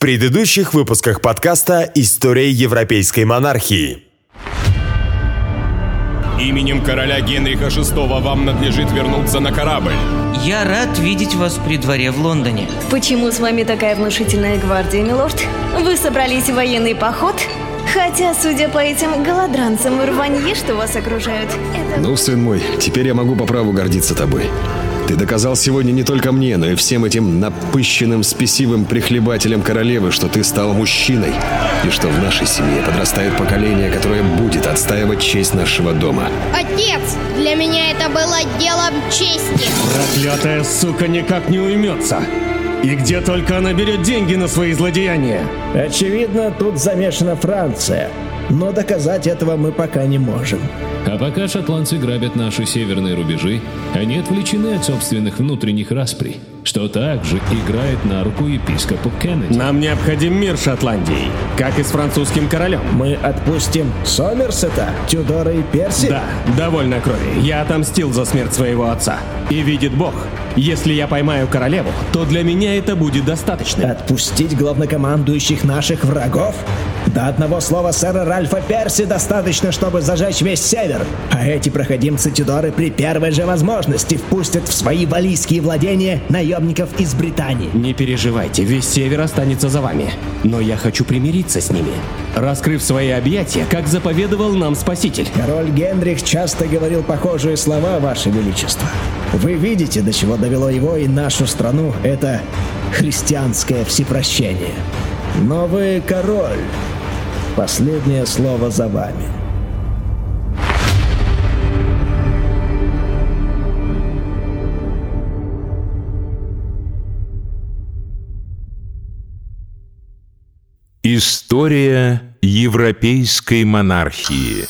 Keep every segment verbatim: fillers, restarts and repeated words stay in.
предыдущих выпусках подкаста «История европейской монархии». Именем короля Генриха шестого вам надлежит вернуться на корабль. Я рад видеть вас при дворе в Лондоне. Почему с вами такая внушительная гвардия, милорд? Вы собрались в военный поход? Хотя, судя по этим голодранцам и рванье, что вас окружают, это... Ну, сын мой, теперь я могу по праву гордиться тобой. Ты доказал сегодня не только мне, но и всем этим напыщенным, спесивым прихлебателям королевы, что ты стал мужчиной, и что в нашей семье подрастает поколение, которое будет отстаивать честь нашего дома. Отец, для меня это было делом чести. Проклятая сука никак не уймется. И где только она берет деньги на свои злодеяния? Очевидно, тут замешана Франция. Но доказать этого мы пока не можем. А пока шотландцы грабят наши северные рубежи, они отвлечены от собственных внутренних расприй, что также играет на руку епископу Кеннеди. Нам необходим мир Шотландии, как и с французским королем. Мы отпустим Сомерсета, Тюдора и Перси? Да, довольно крови. Я отомстил за смерть своего отца. И видит Бог, если я поймаю королеву, то для меня это будет достаточно. Отпустить главнокомандующих наших врагов? До одного слова сэра Ральфа Перси достаточно, чтобы зажечь весь север. А эти проходимцы Тюдоры при первой же возможности впустят в свои валлийские владения наемников из Британии. Не переживайте, весь север останется за вами. Но я хочу примириться с ними, раскрыв свои объятия, как заповедовал нам Спаситель. Король Генрих часто говорил похожие слова, Ваше Величество. Вы видите, до чего довело его и нашу страну это христианское всепрощение. Но вы король. Последнее слово за вами. История европейской монархии.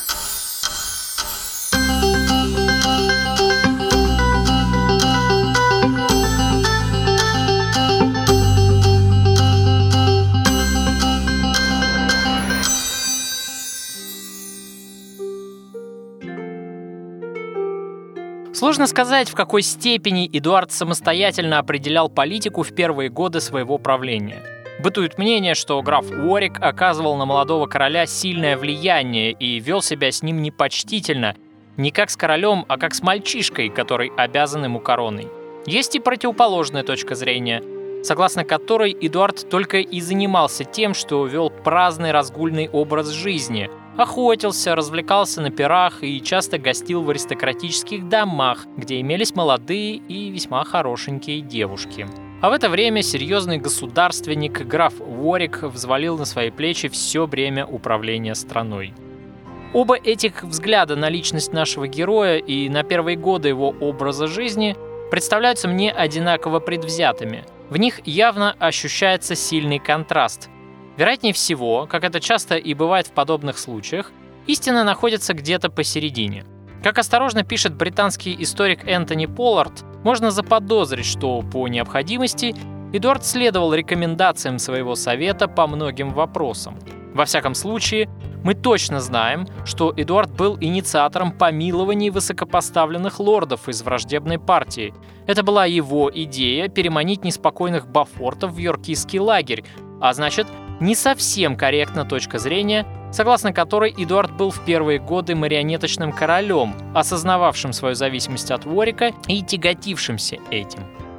Сложно сказать, в какой степени Эдуард самостоятельно определял политику в первые годы своего правления. Бытует мнение, что граф Уорик оказывал на молодого короля сильное влияние и вел себя с ним непочтительно, не как с королем, а как с мальчишкой, который обязан ему короной. Есть и противоположная точка зрения, согласно которой Эдуард только и занимался тем, что вел праздный разгульный образ жизни, охотился, развлекался на пирах и часто гостил в аристократических домах, где имелись молодые и весьма хорошенькие девушки. А в это время серьезный государственник граф Уорик взвалил на свои плечи все бремя управления страной. Оба этих взгляда на личность нашего героя и на первые годы его образа жизни представляются мне одинаково предвзятыми. В них явно ощущается сильный контраст. Вероятнее всего, как это часто и бывает в подобных случаях, истина находится где-то посередине. Как осторожно пишет британский историк Энтони Поллард, можно заподозрить, что по необходимости Эдуард следовал рекомендациям своего совета по многим вопросам. Во всяком случае, мы точно знаем, что Эдуард был инициатором помилований высокопоставленных лордов из враждебной партии. Это была его идея переманить неспокойных бафортов в йоркийский лагерь, а значит, не совсем корректна точка зрения, согласно которой Эдуард был в первые годы марионеточным королем, осознававшим свою зависимость от Уорика и тяготившимся этим.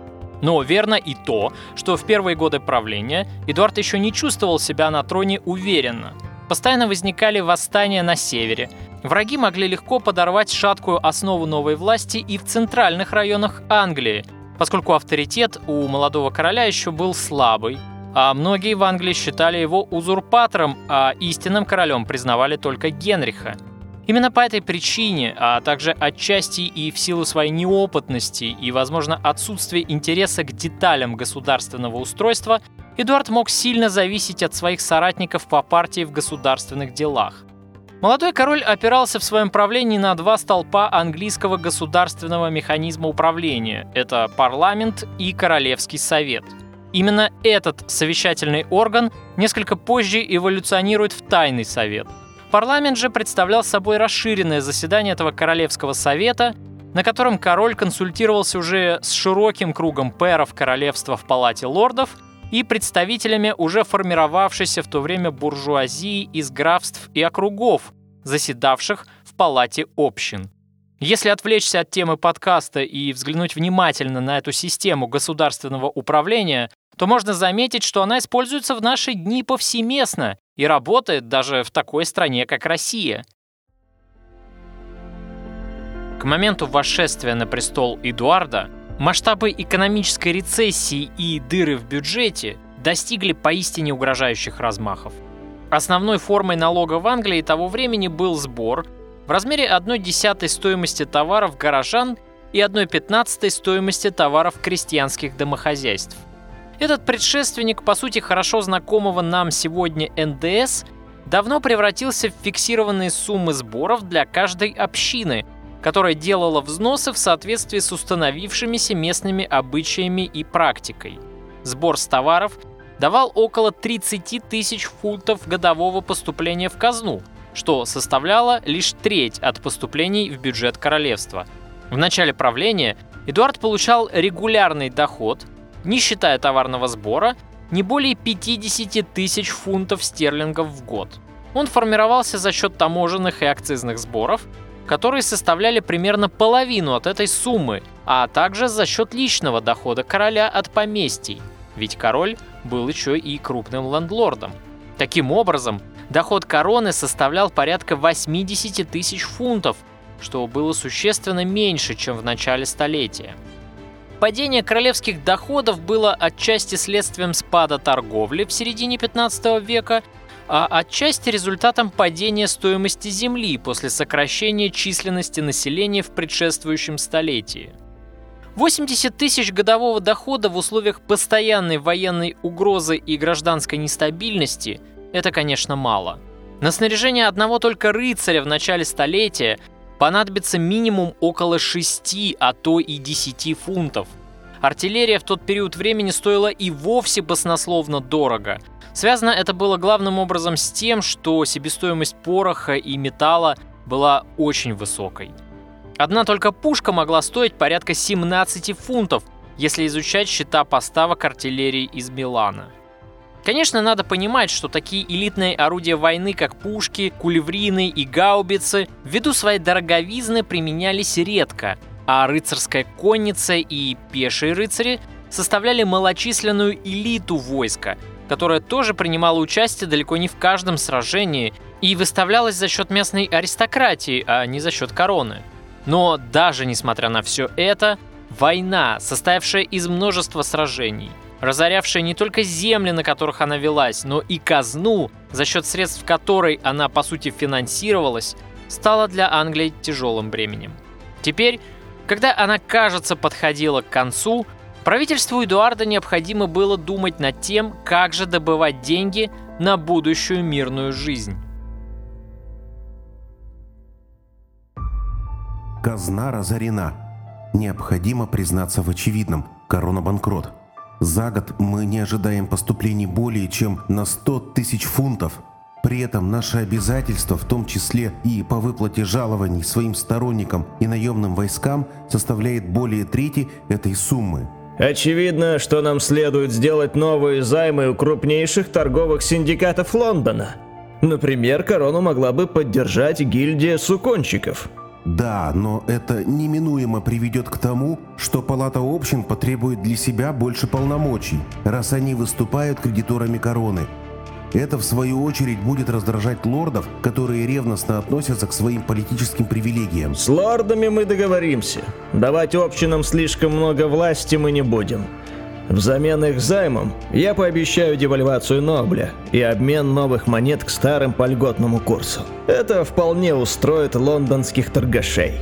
Но верно и то, что в первые годы правления Эдуард еще не чувствовал себя на троне уверенно. Постоянно возникали восстания на севере. Враги могли легко подорвать шаткую основу новой власти и в центральных районах Англии, поскольку авторитет у молодого короля еще был слабый, а многие в Англии считали его узурпатором, а истинным королем признавали только Генриха. Именно по этой причине, а также отчасти и в силу своей неопытности и, возможно, отсутствия интереса к деталям государственного устройства, Эдуард мог сильно зависеть от своих соратников по партии в государственных делах. Молодой король опирался в своем правлении на два столпа английского государственного механизма управления – это парламент и королевский совет. Именно этот совещательный орган несколько позже эволюционирует в тайный совет. Парламент же представлял собой расширенное заседание этого королевского совета, на котором король консультировался уже с широким кругом пэров королевства в палате лордов и представителями уже формировавшейся в то время буржуазии из графств и округов, заседавших в Палате общин. Если отвлечься от темы подкаста и взглянуть внимательно на эту систему государственного управления, то можно заметить, что она используется в наши дни повсеместно и работает даже в такой стране, как Россия. К моменту восшествия на престол Эдуарда масштабы экономической рецессии и дыры в бюджете достигли поистине угрожающих размахов. Основной формой налога в Англии того времени был сбор в размере одной десятой стоимости товаров горожан и одной пятнадцатой стоимости товаров крестьянских домохозяйств. Этот предшественник, по сути, хорошо знакомого нам сегодня эн дэ эс, давно превратился в фиксированные суммы сборов для каждой общины, которая делала взносы в соответствии с установившимися местными обычаями и практикой. Сбор с товаров давал около тридцать тысяч фунтов годового поступления в казну, что составляло лишь треть от поступлений в бюджет королевства. В начале правления Эдуард получал регулярный доход, не считая товарного сбора, не более пятьдесят тысяч фунтов стерлингов в год. Он формировался за счет таможенных и акцизных сборов, которые составляли примерно половину от этой суммы, а также за счет личного дохода короля от поместий, ведь король был еще и крупным лендлордом. Таким образом, доход короны составлял порядка восемьдесят тысяч фунтов, что было существенно меньше, чем в начале столетия. Падение королевских доходов было отчасти следствием спада торговли в середине пятнадцатого века, а отчасти результатом падения стоимости земли после сокращения численности населения в предшествующем столетии. восемьдесят тысяч годового дохода в условиях постоянной военной угрозы и гражданской нестабильности – это, конечно, мало. На снаряжение одного только рыцаря в начале столетия понадобится минимум около шести, а то и десяти фунтов. Артиллерия в тот период времени стоила и вовсе баснословно дорого. Связано это было главным образом с тем, что себестоимость пороха и металла была очень высокой. Одна только пушка могла стоить порядка семнадцати фунтов, если изучать счета поставок артиллерии из Милана. Конечно, надо понимать, что такие элитные орудия войны, как пушки, кулеврины и гаубицы, ввиду своей дороговизны применялись редко, а рыцарская конница и пешие рыцари составляли малочисленную элиту войска, которая тоже принимала участие далеко не в каждом сражении и выставлялась за счет местной аристократии, а не за счет короны. Но даже несмотря на все это, война, состоявшая из множества сражений, разорявшая не только земли, на которых она велась, но и казну, за счет средств которой она, по сути, финансировалась, стала для Англии тяжелым бременем. Теперь, когда она, кажется, подходила к концу, правительству Эдуарда необходимо было думать над тем, как же добывать деньги на будущую мирную жизнь. Казна разорена. Необходимо признаться в очевидном. Корона банкрот. За год мы не ожидаем поступлений более чем на сто тысяч фунтов. При этом наши обязательства, в том числе и по выплате жалований своим сторонникам и наемным войскам, составляет более трети этой суммы. Очевидно, что нам следует сделать новые займы у крупнейших торговых синдикатов Лондона. Например, корону могла бы поддержать гильдия суконщиков. Да, но это неминуемо приведет к тому, что Палата общин потребует для себя больше полномочий, раз они выступают кредиторами короны. Это, в свою очередь, будет раздражать лордов, которые ревностно относятся к своим политическим привилегиям. С лордами мы договоримся. Давать общинам слишком много власти мы не будем. Взамен их займом я пообещаю девальвацию Нобля и обмен новых монет к старым по льготному курсу. Это вполне устроит лондонских торгашей.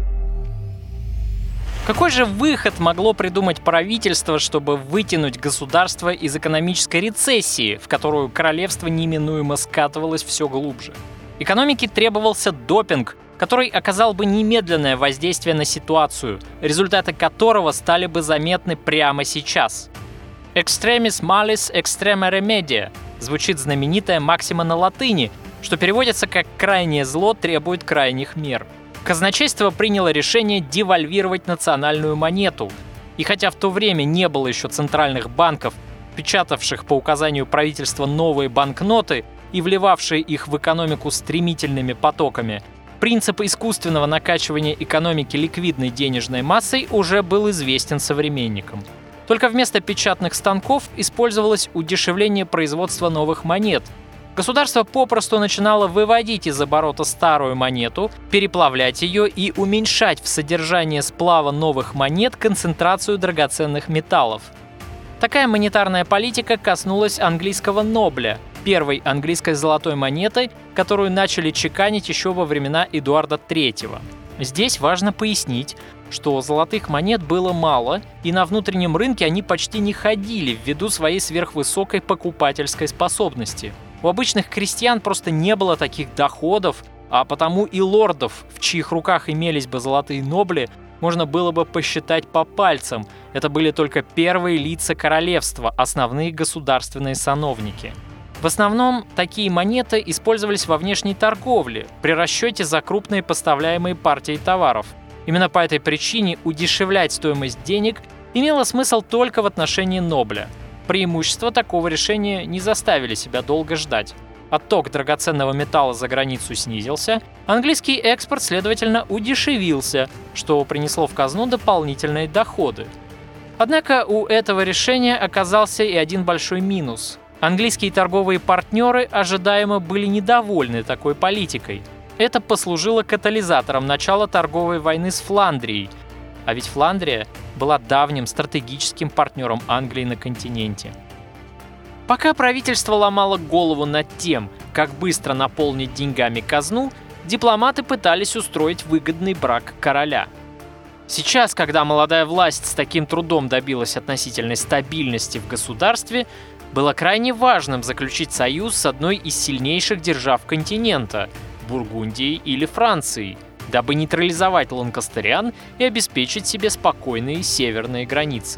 Какой же выход могло придумать правительство, чтобы вытянуть государство из экономической рецессии, в которую королевство неминуемо скатывалось все глубже? Экономике требовался допинг, который оказал бы немедленное воздействие на ситуацию, результаты которого стали бы заметны прямо сейчас. «Extremis malis extrema remedia» звучит знаменитая максима на латыни, что переводится как «крайнее зло требует крайних мер». Казначейство приняло решение девальвировать национальную монету, и хотя в то время не было еще центральных банков, печатавших по указанию правительства новые банкноты и вливавшие их в экономику стремительными потоками, принцип искусственного накачивания экономики ликвидной денежной массой уже был известен современникам. Только вместо печатных станков использовалось удешевление производства новых монет. Государство попросту начинало выводить из оборота старую монету, переплавлять ее и уменьшать в содержании сплава новых монет концентрацию драгоценных металлов. Такая монетарная политика коснулась английского нобля, первой английской золотой монеты, которую начали чеканить еще во времена Эдуарда третьего. Здесь важно пояснить, что золотых монет было мало, и на внутреннем рынке они почти не ходили ввиду своей сверхвысокой покупательской способности. У обычных крестьян просто не было таких доходов, а потому и лордов, в чьих руках имелись бы золотые нобли, можно было бы посчитать по пальцам. Это были только первые лица королевства, основные государственные сановники. В основном такие монеты использовались во внешней торговле, при расчете за крупные поставляемые партии товаров. Именно по этой причине удешевлять стоимость денег имело смысл только в отношении нобля. Преимущества такого решения не заставили себя долго ждать. Отток драгоценного металла за границу снизился, английский экспорт, следовательно, удешевился, что принесло в казну дополнительные доходы. Однако у этого решения оказался и один большой минус. Английские торговые партнеры ожидаемо были недовольны такой политикой. Это послужило катализатором начала торговой войны с Фландрией. А ведь Фландрия была давним стратегическим партнером Англии на континенте. Пока правительство ломало голову над тем, как быстро наполнить деньгами казну, дипломаты пытались устроить выгодный брак короля. Сейчас, когда молодая власть с таким трудом добилась относительной стабильности в государстве, было крайне важным заключить союз с одной из сильнейших держав континента – Бургундией или Францией, дабы нейтрализовать ланкастериан и обеспечить себе спокойные северные границы.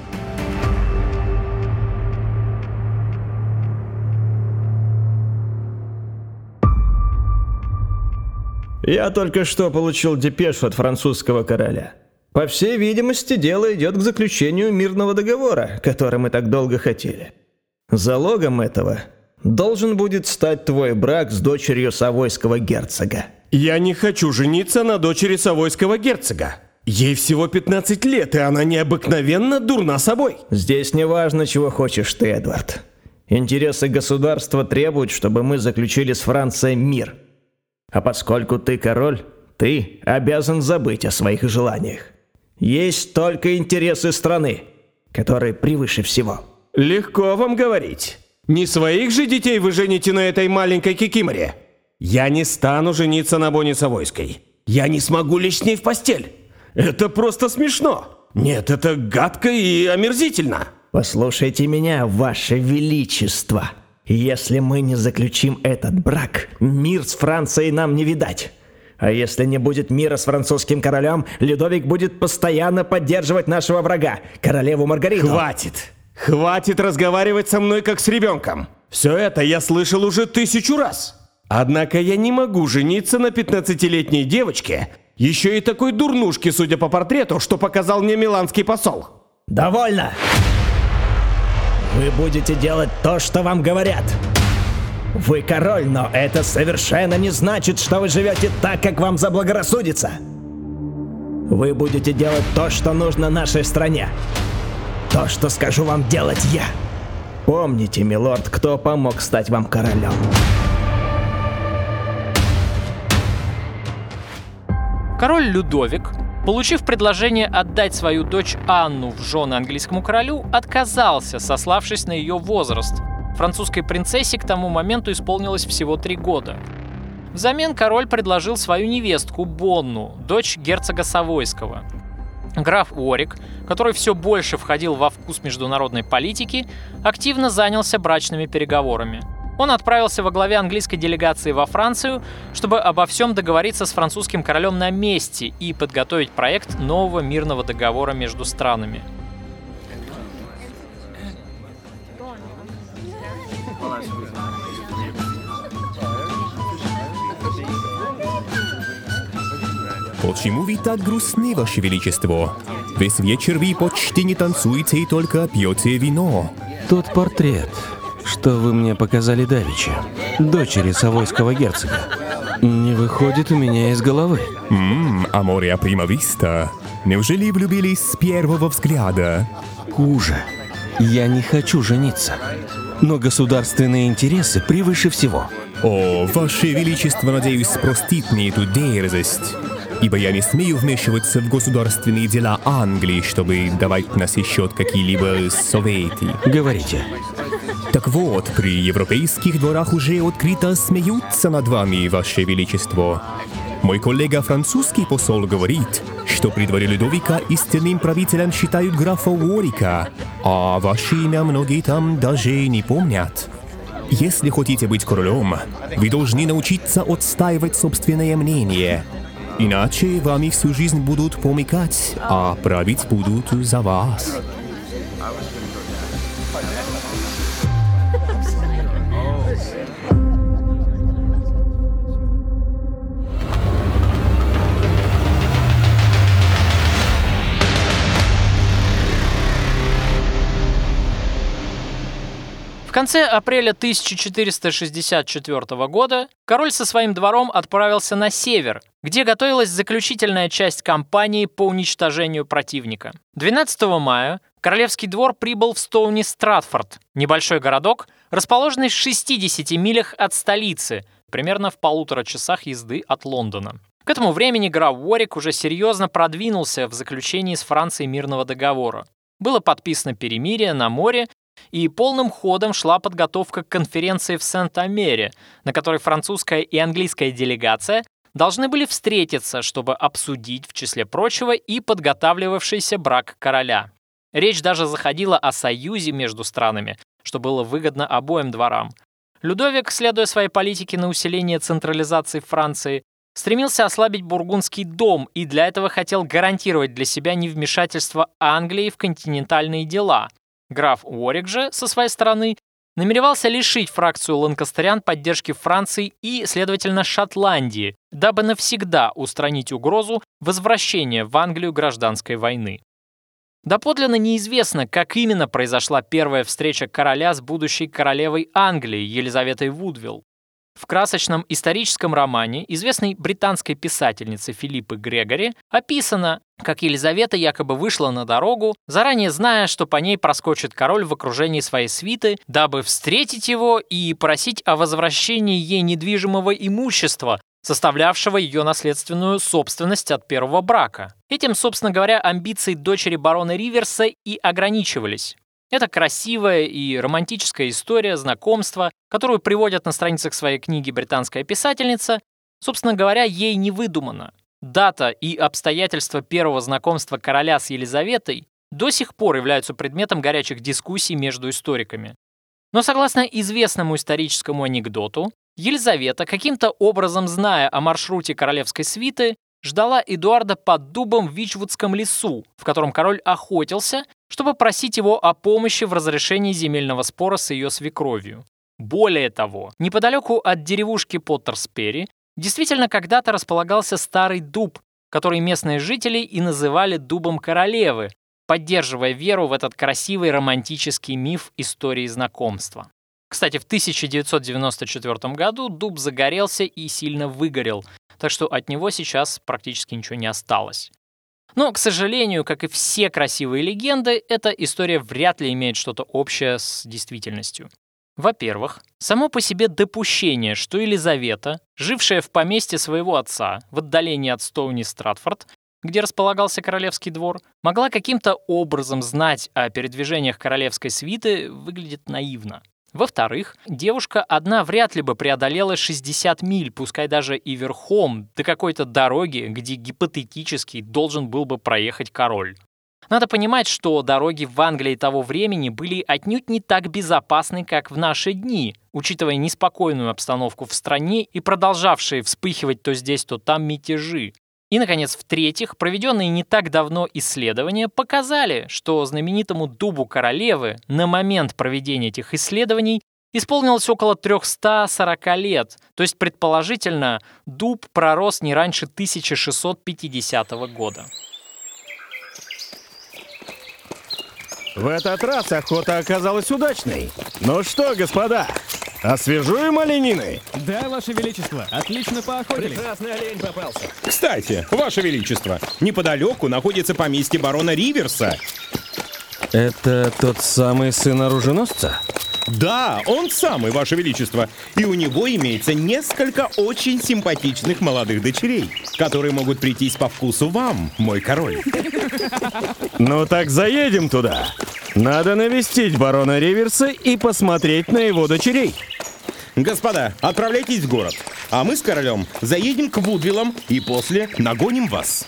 Я только что получил депешу от французского короля. По всей видимости, дело идет к заключению мирного договора, который мы так долго хотели. Залогом этого должен будет стать твой брак с дочерью Савойского герцога. Я не хочу жениться на дочери Савойского герцога. Ей всего пятнадцать лет, и она необыкновенно дурна собой. Здесь не важно, чего хочешь ты, Эдвард. Интересы государства требуют, чтобы мы заключили с Францией мир. А поскольку ты король, ты обязан забыть о своих желаниях. Есть только интересы страны, которые превыше всего. Легко вам говорить. Не своих же детей вы жените на этой маленькой кикиморе. Я не стану жениться на Бонне Савойской. Я не смогу лечь с ней в постель. Это просто смешно. Нет, это гадко и омерзительно. Послушайте меня, Ваше Величество. Если мы не заключим этот брак, мир с Францией нам не видать. А если не будет мира с французским королем, Людовик будет постоянно поддерживать нашего врага, королеву Маргариту. Хватит. Хватит разговаривать со мной как с ребенком. Все это я слышал уже тысячу раз. Однако я не могу жениться на пятнадцатилетней девочке, еще и такой дурнушке, судя по портрету, что показал мне миланский посол. Довольно! Вы будете делать то, что вам говорят. Вы король, но это совершенно не значит, что вы живете так, как вам заблагорассудится. Вы будете делать то, что нужно нашей стране. То, что скажу вам делать я. Помните, милорд, кто помог стать вам королем. Король Людовик, получив предложение отдать свою дочь Анну в жены английскому королю, отказался, сославшись на ее возраст. Французской принцессе к тому моменту исполнилось всего три года. Взамен король предложил свою невестку Бонну, дочь герцога Савойского. Граф Уорик, который все больше входил во вкус международной политики, активно занялся брачными переговорами. Он отправился во главе английской делегации во Францию, чтобы обо всем договориться с французским королем на месте и подготовить проект нового мирного договора между странами. Почему вы так грустны, Ваше Величество? Весь вечер вы почти не танцуете и только пьете вино. Тот портрет, что вы мне показали давеча, дочери Савойского герцога, не выходит у меня из головы. Ммм, аморе прима виста. Неужели влюбились с первого взгляда? Хуже. Я не хочу жениться. Но государственные интересы превыше всего. О, Ваше Величество, надеюсь, простит мне эту дерзость, ибо я не смею вмешиваться в государственные дела Англии, чтобы давать на сей счет какие-либо советы. Говорите. Так вот, при европейских дворах уже открыто смеются над вами, Ваше Величество. Мой коллега французский посол говорит, что при дворе Людовика истинным правителем считают графа Уорика, а ваше имя многие там даже не помнят. Если хотите быть королем, вы должны научиться отстаивать собственное мнение. Иначе вами всю жизнь будут помыкать, а править будут за вас. В конце апреля тысяча четыреста шестьдесят четвёртого года король со своим двором отправился на север, где готовилась заключительная часть кампании по уничтожению противника. двенадцатого мая королевский двор прибыл в Стоуни-Стратфорд, небольшой городок, расположенный в шестидесяти милях от столицы, примерно в полутора часах езды от Лондона. К этому времени граф Уорик уже серьезно продвинулся в заключении с Францией мирного договора. Было подписано перемирие на море, и полным ходом шла подготовка к конференции в Сент-Амере, на которой французская и английская делегация должны были встретиться, чтобы обсудить, в числе прочего, и подготавливавшийся брак короля. Речь даже заходила о союзе между странами, что было выгодно обоим дворам. Людовик, следуя своей политике на усиление централизации Франции, стремился ослабить бургундский дом и для этого хотел гарантировать для себя невмешательство Англии в континентальные дела. Граф Уорик же, со своей стороны, намеревался лишить фракцию ланкастерян поддержки Франции и, следовательно, Шотландии, дабы навсегда устранить угрозу возвращения в Англию гражданской войны. Доподлинно неизвестно, как именно произошла первая встреча короля с будущей королевой Англии Елизаветой Вудвилл. В красочном историческом романе известной британской писательницы Филиппы Грегори описано, как Елизавета якобы вышла на дорогу, заранее зная, что по ней проскочит король в окружении своей свиты, дабы встретить его и просить о возвращении ей недвижимого имущества, составлявшего ее наследственную собственность от первого брака. Этим, собственно говоря, амбиции дочери барона Риверса и ограничивались. Это красивая и романтическая история знакомства, которую приводит на страницах своей книги британская писательница, собственно говоря, ей не выдумана. Дата и обстоятельства первого знакомства короля с Елизаветой до сих пор являются предметом горячих дискуссий между историками. Но согласно известному историческому анекдоту, Елизавета, каким-то образом зная о маршруте королевской свиты, ждала Эдуарда под дубом в Вичвудском лесу, в котором король охотился, чтобы просить его о помощи в разрешении земельного спора с ее свекровью. Более того, неподалеку от деревушки Поттерсперри действительно когда-то располагался старый дуб, который местные жители и называли дубом королевы, поддерживая веру в этот красивый романтический миф истории знакомства. Кстати, в тысяча девятьсот девяносто четвёртом году дуб загорелся и сильно выгорел, так что от него сейчас практически ничего не осталось. Но, к сожалению, как и все красивые легенды, эта история вряд ли имеет что-то общее с действительностью. Во-первых, само по себе допущение, что Елизавета, жившая в поместье своего отца, в отдалении от Стоуни-Стратфорд, где располагался королевский двор, могла каким-то образом знать о передвижениях королевской свиты, выглядит наивно. Во-вторых, девушка одна вряд ли бы преодолела шестьдесят миль, пускай даже и верхом, до какой-то дороги, где гипотетически должен был бы проехать король. Надо понимать, что дороги в Англии того времени были отнюдь не так безопасны, как в наши дни, учитывая неспокойную обстановку в стране и продолжавшие вспыхивать то здесь, то там мятежи. И, наконец, в-третьих, проведенные не так давно исследования показали, что знаменитому дубу королевы на момент проведения этих исследований исполнилось около триста сорок лет, то есть, предположительно, дуб пророс не раньше тысяча шестьсот пятидесятого года. В этот раз охота оказалась удачной. Ну что, господа, освежуем оленины? Да, Ваше Величество, отлично поохотились. Прекрасный олень попался. Кстати, Ваше Величество, неподалеку находится поместье барона Риверса. Это тот самый сын оруженосца? Да, он самый, Ваше Величество. И у него имеется несколько очень симпатичных молодых дочерей, которые могут прийтись по вкусу вам, мой король. Ну так заедем туда. Надо навестить барона Риверса и посмотреть на его дочерей. Господа, отправляйтесь в город, а мы с королем заедем к Вудвиллам и после нагоним вас.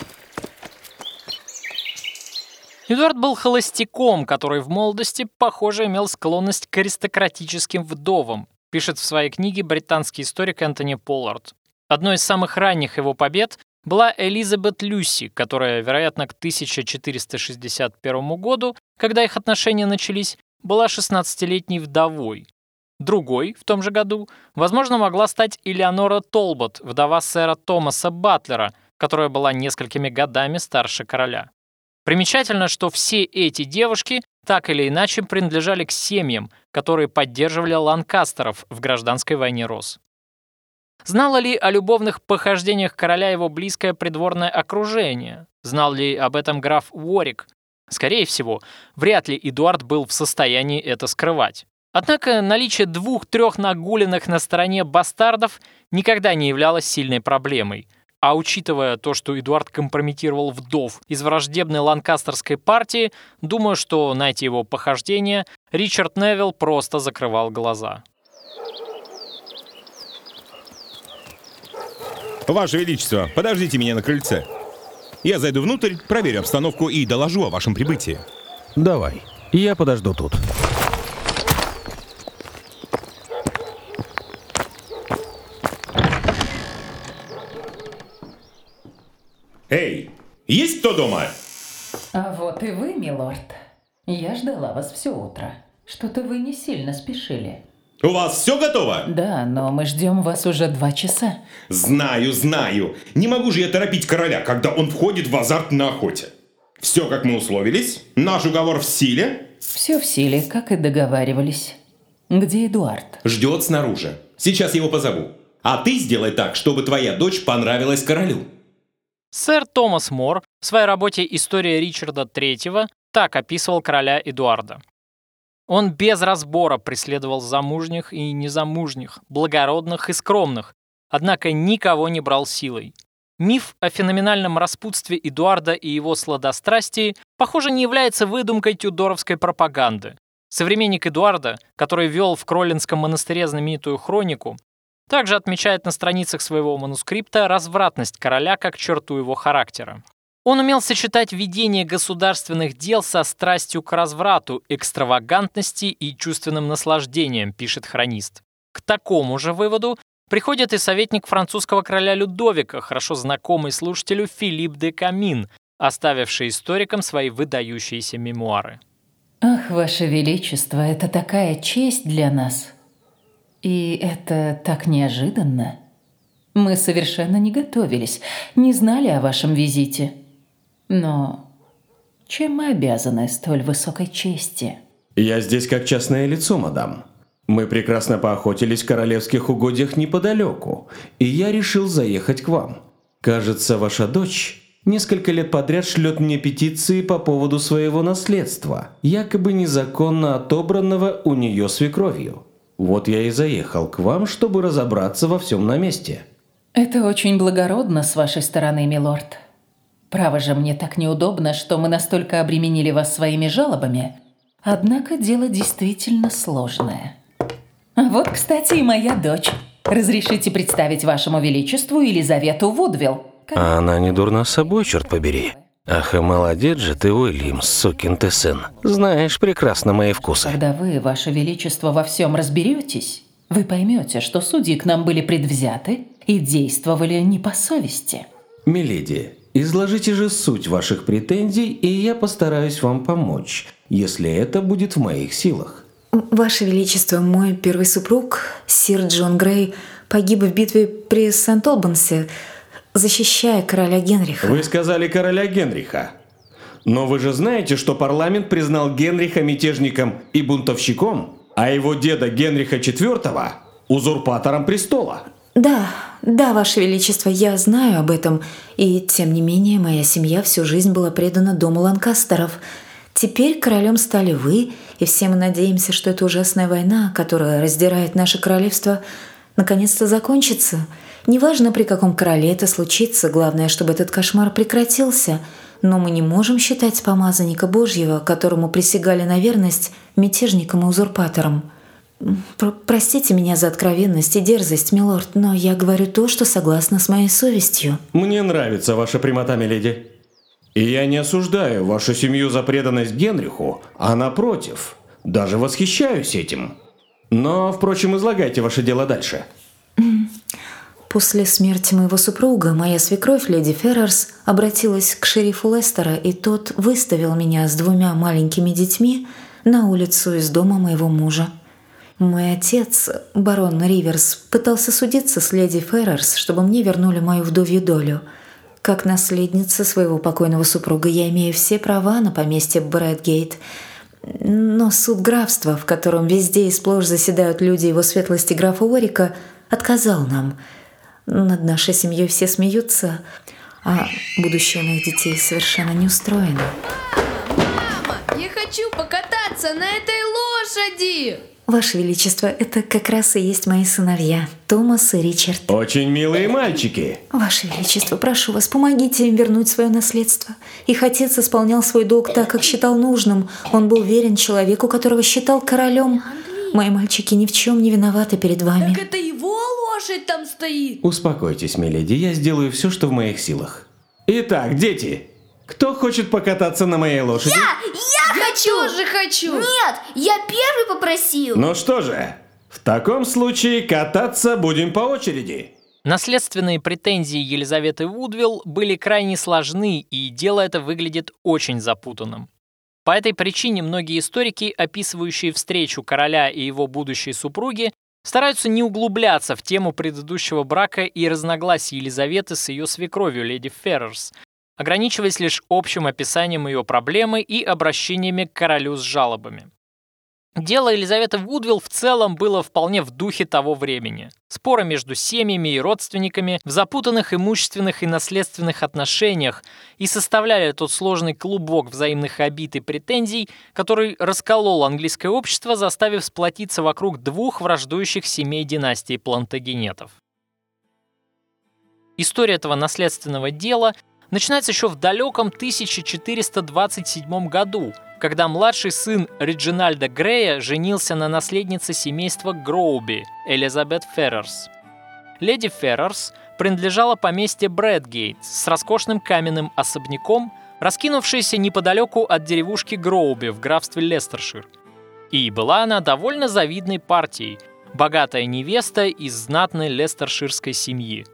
Эдуард был холостяком, который в молодости, похоже, имел склонность к аристократическим вдовам, пишет в своей книге британский историк Энтони Поллард. Одной из самых ранних его побед была Элизабет Люси, которая, вероятно, к тысяча четыреста шестьдесят первому году, когда их отношения начались, была шестнадцатилетней вдовой. Другой, в том же году, возможно, могла стать Элеонора Толбот, вдова сэра Томаса Батлера, которая была несколькими годами старше короля. Примечательно, что все эти девушки так или иначе принадлежали к семьям, которые поддерживали ланкастеров в гражданской войне Росс. Знало ли о любовных похождениях короля его близкое придворное окружение? Знал ли об этом граф Уорик? Скорее всего, вряд ли Эдуард был в состоянии это скрывать. Однако наличие двух-трех нагуленных на стороне бастардов никогда не являлось сильной проблемой. А учитывая то, что Эдуард компрометировал вдов из враждебной ланкастерской партии, думаю, что на эти его похождения Ричард Невилл просто закрывал глаза. Ваше Величество, подождите меня на крыльце. Я зайду внутрь, проверю обстановку и доложу о вашем прибытии. Давай, я подожду тут. Эй, есть кто дома? А вот и вы, милорд. Я ждала вас все утро. Что-то вы не сильно спешили. У вас все готово? Да, но мы ждем вас уже два часа. Знаю, знаю. Не могу же я торопить короля, когда он входит в азарт на охоте. Все, как мы условились. Наш уговор в силе. Все в силе, как и договаривались. Где Эдуард? Ждет снаружи. Сейчас его позову. А ты сделай так, чтобы твоя дочь понравилась королю. Сэр Томас Мор в своей работе «История Ричарда третьего» так описывал короля Эдуарда. Он без разбора преследовал замужних и незамужних, благородных и скромных, однако никого не брал силой. Миф о феноменальном распутстве Эдуарда и его сладострастии, похоже, не является выдумкой тюдоровской пропаганды. Современник Эдуарда, который вел в Кролинском монастыре знаменитую хронику, также отмечает на страницах своего манускрипта развратность короля как черту его характера. Он умел сочетать ведение государственных дел со страстью к разврату, экстравагантности и чувственным наслаждением, пишет хронист. К такому же выводу приходит и советник французского короля Людовика, хорошо знакомый слушателю Филипп де Камин, оставивший историкам свои выдающиеся мемуары. Ах, Ваше Величество, это такая честь для нас. И это так неожиданно. Мы совершенно не готовились, не знали о вашем визите. Но чем мы обязаны столь высокой чести? Я здесь как частное лицо, мадам. Мы прекрасно поохотились в королевских угодьях неподалеку, и я решил заехать к вам. Кажется, ваша дочь несколько лет подряд шлет мне петиции по поводу своего наследства, якобы незаконно отобранного у нее свекровью. Вот я и заехал к вам, чтобы разобраться во всем на месте. Это очень благородно с вашей стороны, милорд. Право же, мне так неудобно, что мы настолько обременили вас своими жалобами. Однако дело действительно сложное. Вот, кстати, и моя дочь. Разрешите представить вашему величеству Елизавету Вудвилл. А она не дурна собой, черт побери. Ах, и молодец же ты, Уильям, сукин ты сын. Знаешь прекрасно мои вкусы. Когда вы, ваше величество, во всем разберетесь, вы поймете, что судьи к нам были предвзяты и действовали не по совести. Миледи, изложите же суть ваших претензий, и я постараюсь вам помочь, если это будет в моих силах. Ваше Величество, мой первый супруг, сир Джон Грей, погиб в битве при Сент-Олбансе, защищая короля Генриха. Вы сказали короля Генриха. Но вы же знаете, что парламент признал Генриха мятежником и бунтовщиком, а его деда Генриха четвёртого узурпатором престола. Да, да, Ваше Величество, я знаю об этом. И, тем не менее, моя семья всю жизнь была предана дому Ланкастеров. Теперь королем стали вы, и все мы надеемся, что эта ужасная война, которая раздирает наше королевство, наконец-то закончится. Неважно, при каком короле это случится, главное, чтобы этот кошмар прекратился. Но мы не можем считать помазанника Божьего, которому присягали на верность, мятежником и узурпатором. Про- простите меня за откровенность и дерзость, милорд, но я говорю то, что согласно с моей совестью. Мне нравится ваша прямота, миледи. И я не осуждаю вашу семью за преданность Генриху, а напротив, даже восхищаюсь этим. Но, впрочем, излагайте ваше дело дальше. После смерти моего супруга моя свекровь, леди Феррерс, обратилась к шерифу Лестера, и тот выставил меня с двумя маленькими детьми на улицу из дома моего мужа. Мой отец, барон Риверс, пытался судиться с леди Феррерс, чтобы мне вернули мою вдовью долю. Как наследница своего покойного супруга я имею все права на поместье Брэдгейт, но суд графства, в котором везде и сплошь заседают люди его светлости графа Уорика, отказал нам. Над нашей семьей все смеются, а будущее моих детей совершенно не устроено. Мама, я хочу покататься на этой лошади! Ваше Величество, это как раз и есть мои сыновья, Томас и Ричард. Очень милые мальчики. Ваше Величество, прошу вас, помогите им вернуть свое наследство. Их отец исполнял свой долг так, как считал нужным. Он был верен человеку, которого считал королем. Мои мальчики ни в чем не виноваты перед вами. Так это его лошадь там стоит? Успокойтесь, миледи, я сделаю все, что в моих силах. Итак, дети, кто хочет покататься на моей лошади? Я! Я, я хочу! тоже хочу! Нет, я первый попросил! Ну что же, в таком случае кататься будем по очереди. Наследственные претензии Елизаветы Вудвилл были крайне сложны, и дело это выглядит очень запутанным. По этой причине многие историки, описывающие встречу короля и его будущей супруги, стараются не углубляться в тему предыдущего брака и разногласий Елизаветы с ее свекровью, леди Феррерс, ограничиваясь лишь общим описанием ее проблемы и обращениями к королю с жалобами. Дело Елизаветы Вудвилл в целом было вполне в духе того времени. Споры между семьями и родственниками в запутанных имущественных и наследственных отношениях и составляли тот сложный клубок взаимных обид и претензий, который расколол английское общество, заставив сплотиться вокруг двух враждующих семей династии Плантагенетов. История этого наследственного дела начинается еще в далеком тысяча четыреста двадцать седьмом году, когда младший сын Реджинальда Грея женился на наследнице семейства Гроуби, Элизабет Феррерс. Леди Феррерс принадлежала поместье Брэдгейт с роскошным каменным особняком, раскинувшейся неподалеку от деревушки Гроуби в графстве Лестершир. И была она довольно завидной партией, богатая невеста из знатной лестерширской семьи.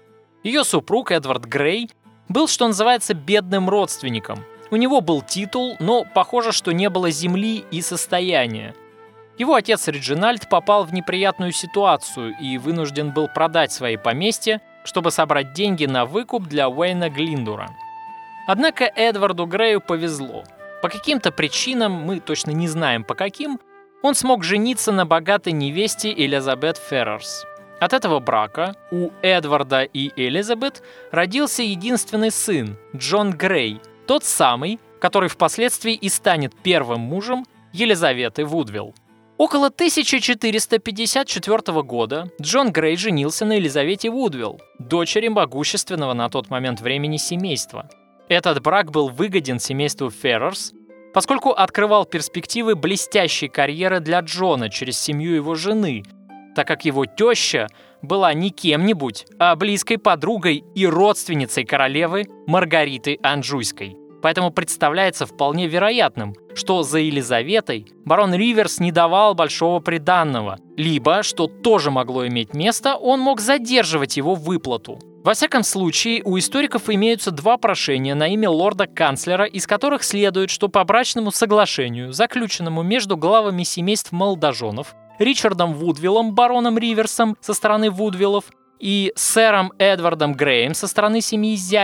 Ее супруг Эдвард Грей был, что называется, бедным родственником. У него был титул, но похоже, что не было земли и состояния. Его отец Реджинальд попал в неприятную ситуацию и вынужден был продать свои поместья, чтобы собрать деньги на выкуп для Уэйна Глиндура. Однако Эдварду Грею повезло. По каким-то причинам, мы точно не знаем по каким, он смог жениться на богатой невесте Элизабет Феррерс. От этого брака у Эдварда и Элизабет родился единственный сын, Джон Грей, тот самый, который впоследствии и станет первым мужем Елизаветы Вудвилл. Около тысяча четыреста пятьдесят четвёртого года Джон Грей женился на Елизавете Вудвилл, дочери могущественного на тот момент времени семейства. Этот брак был выгоден семейству Феррерс, поскольку открывал перспективы блестящей карьеры для Джона через семью его жены, так как его теща была не кем-нибудь, а близкой подругой и родственницей королевы Маргариты Анжуйской. Поэтому представляется вполне вероятным, что за Елизаветой барон Риверс не давал большого приданного, либо, что тоже могло иметь место, он мог задерживать его выплату. Во всяком случае, у историков имеются два прошения на имя лорда-канцлера, из которых следует, что по брачному соглашению, заключенному между главами семейств молодоженов, Ричардом Вудвиллом, бароном Риверсом со стороны Вудвиллов, и сэром Эдвардом Греем со стороны семьи зятя,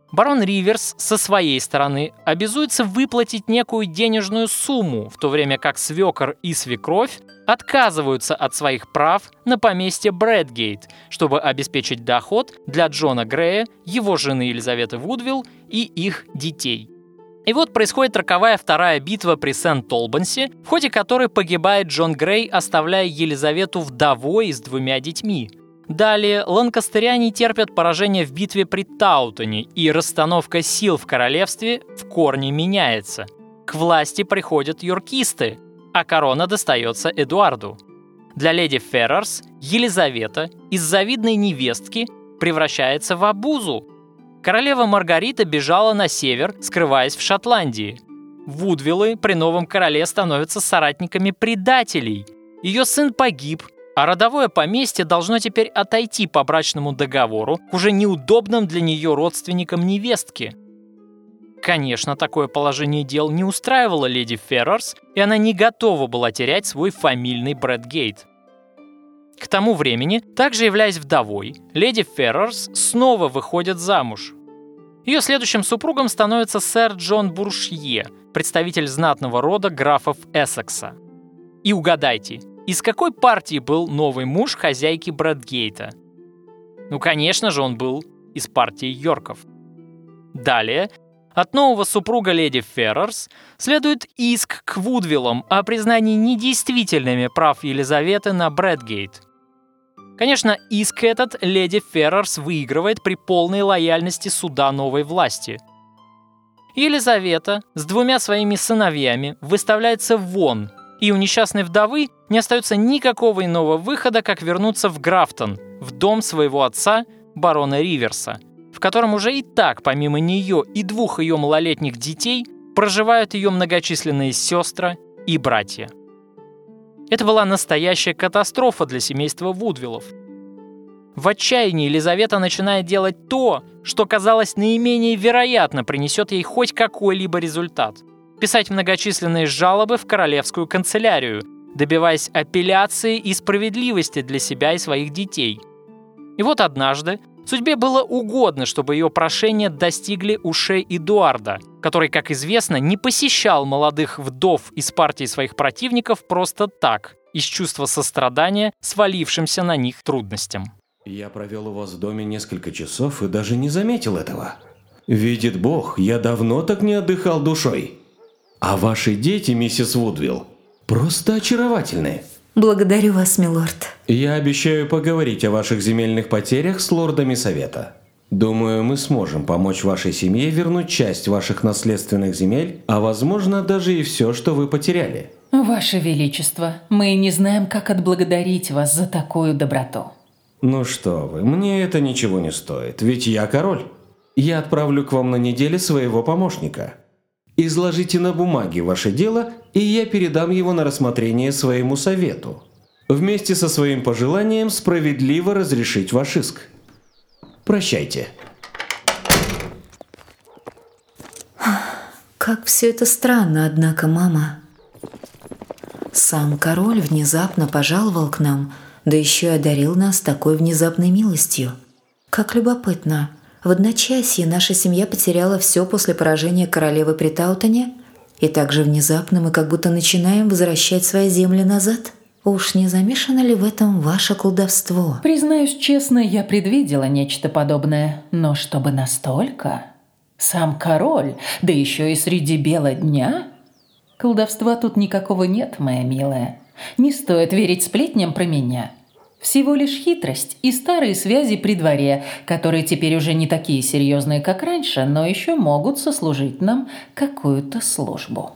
Барон Риверс со своей стороны обязуется выплатить некую денежную сумму, в то время как свекор и свекровь отказываются от своих прав на поместье Брэдгейт, чтобы обеспечить доход для Джона Грея, его жены Елизаветы Вудвилл и их детей. И вот происходит роковая вторая битва при Сент-Олбансе, в ходе которой погибает Джон Грей, оставляя Елизавету вдовой и с двумя детьми. Далее ланкастеряне терпят поражение в битве при Таутоне, и расстановка сил в королевстве в корне меняется. К власти приходят йоркисты, а корона достается Эдуарду. Для леди Феррерс Елизавета из завидной невестки превращается в обузу. Королева Маргарита бежала на север, скрываясь в Шотландии. Вудвиллы при новом короле становятся соратниками предателей. Ее сын погиб, а родовое поместье должно теперь отойти по брачному договору к уже неудобным для нее родственникам невестки. Конечно, такое положение дел не устраивало леди Феррерс, и она не готова была терять свой фамильный Брэдгейт. К тому времени, также являясь вдовой, леди Феррерс снова выходит замуж. Ее следующим супругом становится сэр Джон Буршье, представитель знатного рода графов Эссекса. И угадайте, из какой партии был новый муж хозяйки Брэдгейта? Ну, конечно же, он был из партии Йорков. Далее, от нового супруга леди Феррерс следует иск к Вудвиллам о признании недействительными прав Елизаветы на Брэдгейт. Конечно, иск этот леди Феррерс выигрывает при полной лояльности суда новой власти. Елизавета с двумя своими сыновьями выставляется вон, и у несчастной вдовы не остается никакого иного выхода, как вернуться в Графтон, в дом своего отца, барона Риверса, в котором уже и так, помимо нее и двух ее малолетних детей, проживают ее многочисленные сестры и братья. Это была настоящая катастрофа для семейства Вудвиллов. В отчаянии Елизавета начинает делать то, что казалось наименее вероятно принесет ей хоть какой-либо результат. Писать многочисленные жалобы в королевскую канцелярию, добиваясь апелляции и справедливости для себя и своих детей. И вот однажды судьбе было угодно, чтобы ее прошения достигли ушей Эдуарда, который, как известно, не посещал молодых вдов из партии своих противников просто так, из чувства сострадания свалившимся на них трудностям. Я провел у вас в доме несколько часов и даже не заметил этого. Видит Бог, я давно так не отдыхал душой. А ваши дети, миссис Вудвилл, просто очаровательные. Благодарю вас, милорд. Я обещаю поговорить о ваших земельных потерях с лордами совета. Думаю, мы сможем помочь вашей семье вернуть часть ваших наследственных земель, а возможно даже и все, что вы потеряли. Ваше Величество, мы не знаем, как отблагодарить вас за такую доброту. Ну что вы, мне это ничего не стоит, ведь я король. Я отправлю к вам на неделю своего помощника. Изложите на бумаге ваше дело, и я передам его на рассмотрение своему совету. Вместе со своим пожеланием справедливо разрешить ваш иск. Прощайте. Как все это странно, однако, мама. Сам король внезапно пожаловал к нам, да еще и одарил нас такой внезапной милостью. Как любопытно. В одночасье наша семья потеряла все после поражения королевы при Таутоне, и так же внезапно мы как будто начинаем возвращать свои земли назад. Уж не замешано ли в этом ваше колдовство? Признаюсь честно, я предвидела нечто подобное, но чтобы настолько? Сам король, да еще и среди бела дня? Колдовства тут никакого нет, моя милая. Не стоит верить сплетням про меня. Всего лишь хитрость и старые связи при дворе, которые теперь уже не такие серьезные, как раньше, но еще могут сослужить нам какую-то службу.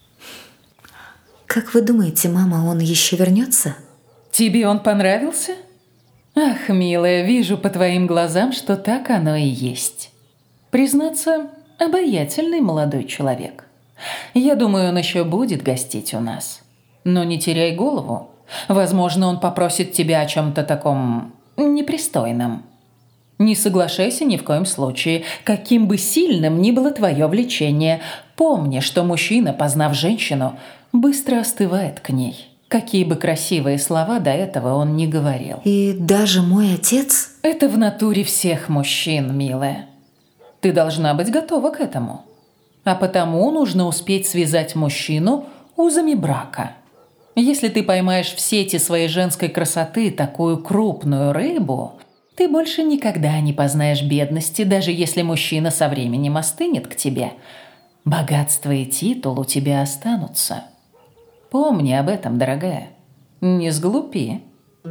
Как вы думаете, мама, он еще вернется? Тебе он понравился? Ах, милая, вижу по твоим глазам, что так оно и есть. Признаться, обаятельный молодой человек. Я думаю, он еще будет гостить у нас. Но не теряй голову. Возможно, он попросит тебя о чем-то таком непристойном. Не соглашайся ни в коем случае, каким бы сильным ни было твое влечение. Помни, что мужчина, познав женщину, быстро остывает к ней. Какие бы красивые слова до этого он не говорил. И даже мой отец? Это в натуре всех мужчин, милая. Ты Ты должна быть готова к этому. А потому нужно успеть связать мужчину узами брака. Если ты поймаешь в сети своей женской красоты такую крупную рыбу, ты больше никогда не познаешь бедности, даже если мужчина со временем остынет к тебе. Богатство и титул у тебя останутся. Помни об этом, дорогая. Не сглупи.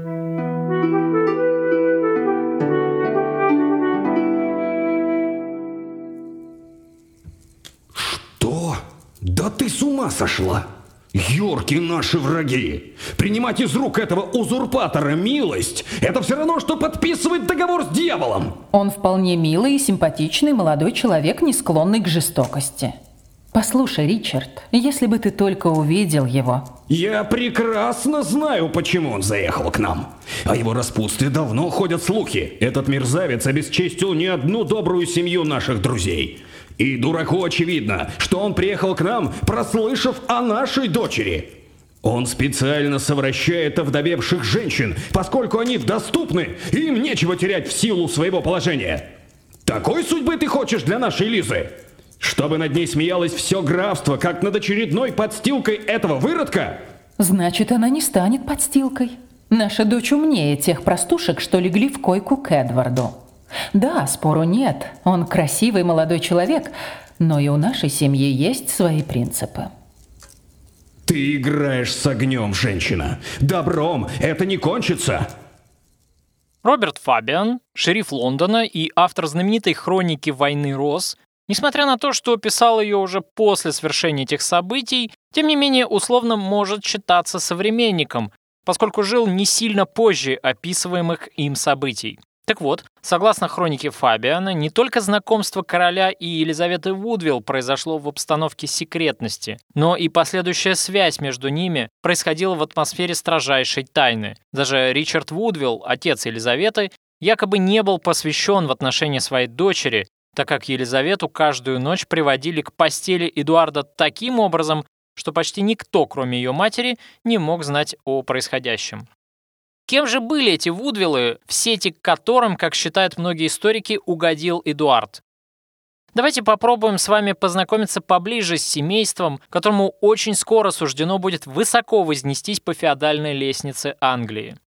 Что? Да ты с ума сошла! Йорки наши враги! Принимать из рук этого узурпатора милость – это все равно, что подписывать договор с дьяволом! Он вполне милый и симпатичный молодой человек, не склонный к жестокости. Послушай, Ричард, если бы ты только увидел его... Я прекрасно знаю, почему он заехал к нам. О его распутстве давно ходят слухи. Этот мерзавец обесчестил не одну добрую семью наших друзей. И дураку очевидно, что он приехал к нам, прослышав о нашей дочери. Он специально совращает овдовевших женщин, поскольку они доступны, и им нечего терять в силу своего положения. Такой судьбы ты хочешь для нашей Лизы? Чтобы над ней смеялось все графство, как над очередной подстилкой этого выродка? Значит, она не станет подстилкой. Наша дочь умнее тех простушек, что легли в койку к Эдварду. Да, спору нет, он красивый молодой человек, но и у нашей семьи есть свои принципы. Ты играешь с огнем, женщина. Добром это не кончится. Роберт Фабиан, шериф Лондона и автор знаменитой хроники «Войны роз», несмотря на то, что писал ее уже после свершения этих событий, тем не менее условно может считаться современником, поскольку жил не сильно позже описываемых им событий. Так вот, согласно хронике Фабиана, не только знакомство короля и Елизаветы Вудвилл произошло в обстановке секретности, но и последующая связь между ними происходила в атмосфере строжайшей тайны. Даже Ричард Вудвилл, отец Елизаветы, якобы не был посвящен в отношения своей дочери, так как Елизавету каждую ночь приводили к постели Эдуарда таким образом, что почти никто, кроме ее матери, не мог знать о происходящем. Кем же были эти Вудвиллы, в сети к которым, как считают многие историки, угодил Эдуард? Давайте попробуем с вами познакомиться поближе с семейством, которому очень скоро суждено будет высоко вознестись по феодальной лестнице Англии.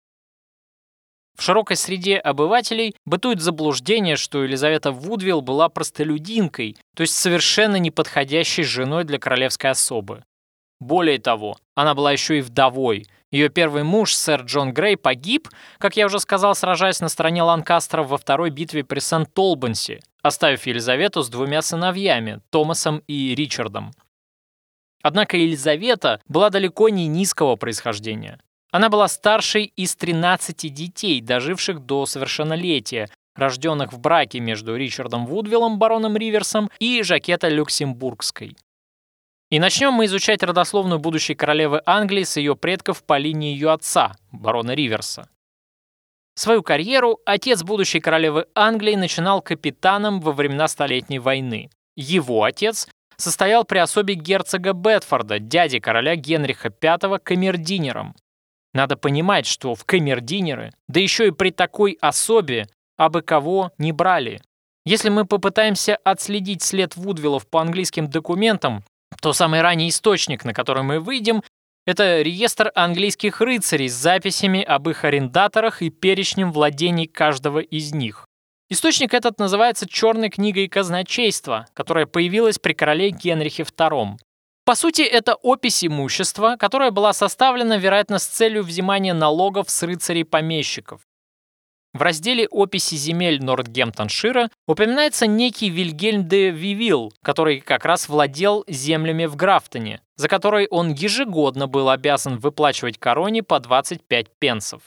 В широкой среде обывателей бытует заблуждение, что Елизавета Вудвилл была простолюдинкой, то есть совершенно неподходящей женой для королевской особы. Более того, она была еще и вдовой. Ее первый муж, сэр Джон Грей, погиб, как я уже сказал, сражаясь на стороне Ланкастеров во второй битве при Сент-Олбансе, оставив Елизавету с двумя сыновьями, Томасом и Ричардом. Однако Елизавета была далеко не низкого происхождения. Она была старшей из тринадцати детей, доживших до совершеннолетия, рожденных в браке между Ричардом Вудвиллом, бароном Риверсом, и Жакета Люксембургской. И начнем мы изучать родословную будущей королевы Англии с ее предков по линии ее отца, барона Риверса. Свою карьеру отец будущей королевы Англии начинал капитаном во времена Столетней войны. Его отец состоял при особе герцога Бетфорда, дяди короля Генриха Пятого, камердинером. Надо понимать, что в камердинеры, да еще и при такой особе, абы кого не брали. Если мы попытаемся отследить след Вудвиллов по английским документам, то самый ранний источник, на который мы выйдем, это реестр английских рыцарей с записями об их арендаторах и перечнем владений каждого из них. Источник этот называется «Черной книгой казначейства», которая появилась при короле Генрихе Втором. По сути, это опись имущества, которая была составлена, вероятно, с целью взимания налогов с рыцарей-помещиков. В разделе «Описи земель Нортгемптоншира» упоминается некий Вильгельм де Вивилл, который как раз владел землями в Графтоне, за которые он ежегодно был обязан выплачивать короне по двадцать пять пенсов.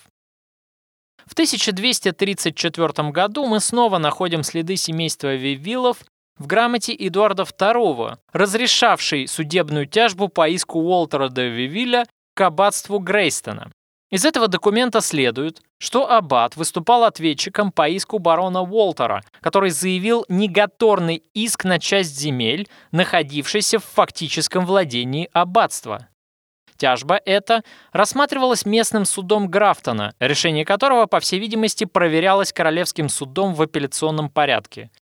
В тысяча двести тридцать четвёртом году мы снова находим следы семейства Вивиллов в грамоте Эдуарда Второго, разрешавшей судебную тяжбу по иску Уолтера де Вивилля к аббатству Грейстона. Из этого документа следует, что аббат выступал ответчиком по иску барона Уолтера, который заявил негаторный иск на часть земель, находившейся в фактическом владении аббатства. Тяжба эта рассматривалась местным судом Графтона, решение которого, по всей видимости, проверялось королевским судом в апелляционном порядке.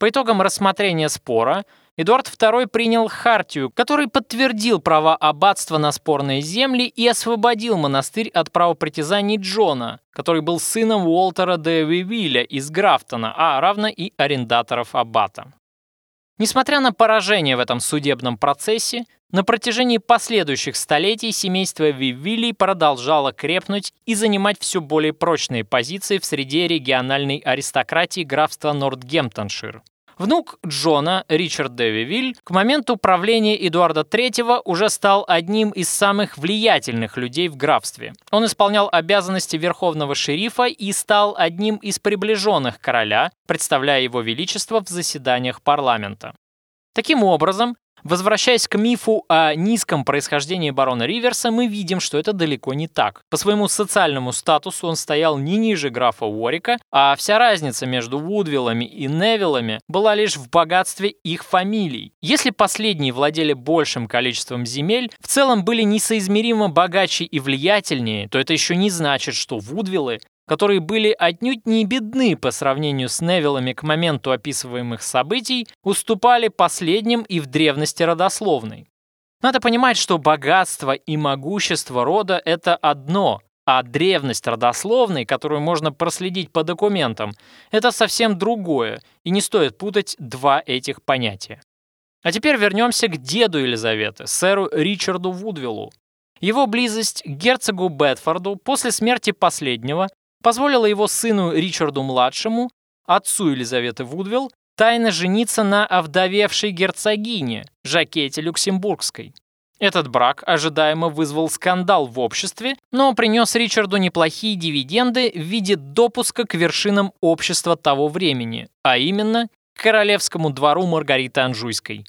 По итогам рассмотрения спора Эдуард второй принял хартию, который подтвердил права аббатства на спорные земли и освободил монастырь от правопритязаний Джона, который был сыном Уолтера де Вивиля из Графтона, а равно и арендаторов аббата. Несмотря на поражение в этом судебном процессе, на протяжении последующих столетий семейство Вивилей продолжало крепнуть и занимать все более прочные позиции в среде региональной аристократии графства Нортгемптоншир. Внук Джона, Ричард де Вивиль, к моменту правления Эдуарда третьего уже стал одним из самых влиятельных людей в графстве. Он исполнял обязанности верховного шерифа и стал одним из приближенных короля, представляя его величество в заседаниях парламента. Таким образом, возвращаясь к мифу о низком происхождении барона Риверса, мы видим, что это далеко не так. По своему социальному статусу он стоял не ниже графа Уорика, а вся разница между Вудвиллами и Невиллами была лишь в богатстве их фамилий. Если последние владели большим количеством земель, в целом были несоизмеримо богаче и влиятельнее, то это еще не значит, что Вудвиллы, которые были отнюдь не бедны по сравнению с Невиллами к моменту описываемых событий, уступали последним и в древности родословной. Надо понимать, что богатство и могущество рода – это одно, а древность родословной, которую можно проследить по документам, это совсем другое, и не стоит путать два этих понятия. А теперь вернемся к деду Елизаветы, сэру Ричарду Вудвиллу. Его близость к герцогу Бетфорду после смерти последнего позволила его сыну Ричарду-младшему, отцу Елизаветы Вудвилл, тайно жениться на овдовевшей герцогине, Жакете Люксембургской. Этот брак ожидаемо вызвал скандал в обществе, но принес Ричарду неплохие дивиденды в виде допуска к вершинам общества того времени, а именно к королевскому двору Маргариты Анжуйской.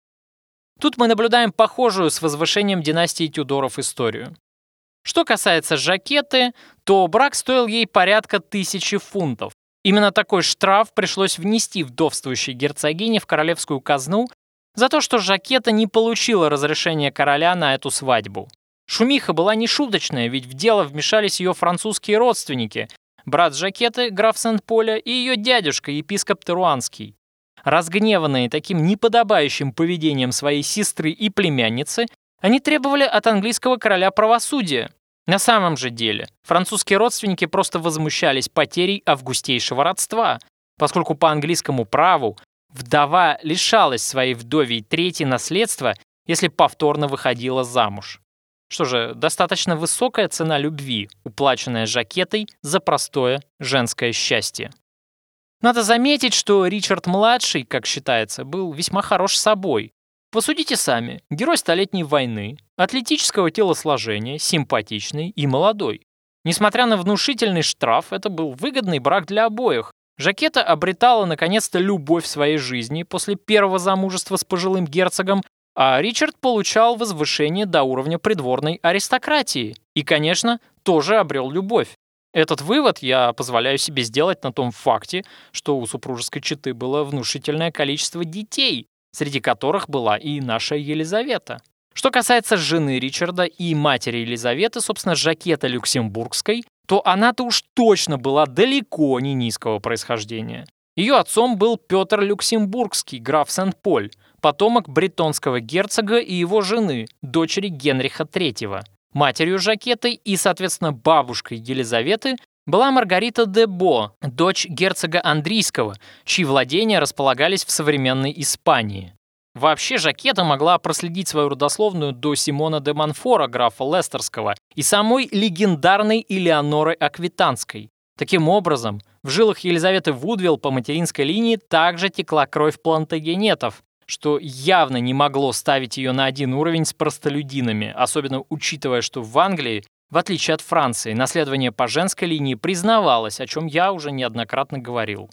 Тут мы наблюдаем похожую с возвышением династии Тюдоров историю. Что касается Жакеты, то брак стоил ей порядка тысячи фунтов. Именно такой штраф пришлось внести вдовствующей герцогине в королевскую казну за то, что Жакета не получила разрешения короля на эту свадьбу. Шумиха была нешуточная, ведь в дело вмешались ее французские родственники, брат Жакеты, граф Сент-Поля, и ее дядюшка, епископ Теруанский. Разгневанные таким неподобающим поведением своей сестры и племянницы, они требовали от английского короля правосудия. На самом же деле, французские родственники просто возмущались потерей августейшего родства, поскольку по английскому праву вдова лишалась своей вдовьей трети наследства, если повторно выходила замуж. Что же, достаточно высокая цена любви, уплаченная Жакетой за простое женское счастье. Надо заметить, что Ричард-младший, как считается, был весьма хорош собой. Посудите сами, герой Столетней войны, атлетического телосложения, симпатичный и молодой. Несмотря на внушительный штраф, это был выгодный брак для обоих. Жакета обретала наконец-то любовь в своей жизни после первого замужества с пожилым герцогом, а Ричард получал возвышение до уровня придворной аристократии и, конечно, тоже обрел любовь. Этот вывод я позволяю себе сделать на том факте, что у супружеской четы было внушительное количество детей, среди которых была и наша Елизавета. Что касается жены Ричарда и матери Елизаветы, собственно, Жакета Люксембургской, то она-то уж точно была далеко не низкого происхождения. Ее отцом был Петр Люксембургский, граф Сент-Поль, потомок бретонского герцога и его жены, дочери Генриха третьего. Матерью Жакеты и, соответственно, бабушкой Елизаветы была Маргарита де Бо, дочь герцога Андрийского, чьи владения располагались в современной Испании. Вообще, Жакета могла проследить свою родословную до Симона де Монфора, графа Лестерского, и самой легендарной Элеоноры Аквитанской. Таким образом, в жилах Елизаветы Вудвилл по материнской линии также текла кровь плантагенетов, что явно не могло ставить ее на один уровень с простолюдинами, особенно учитывая, что в Англии, в отличие от Франции, наследование по женской линии признавалось, о чем я уже неоднократно говорил.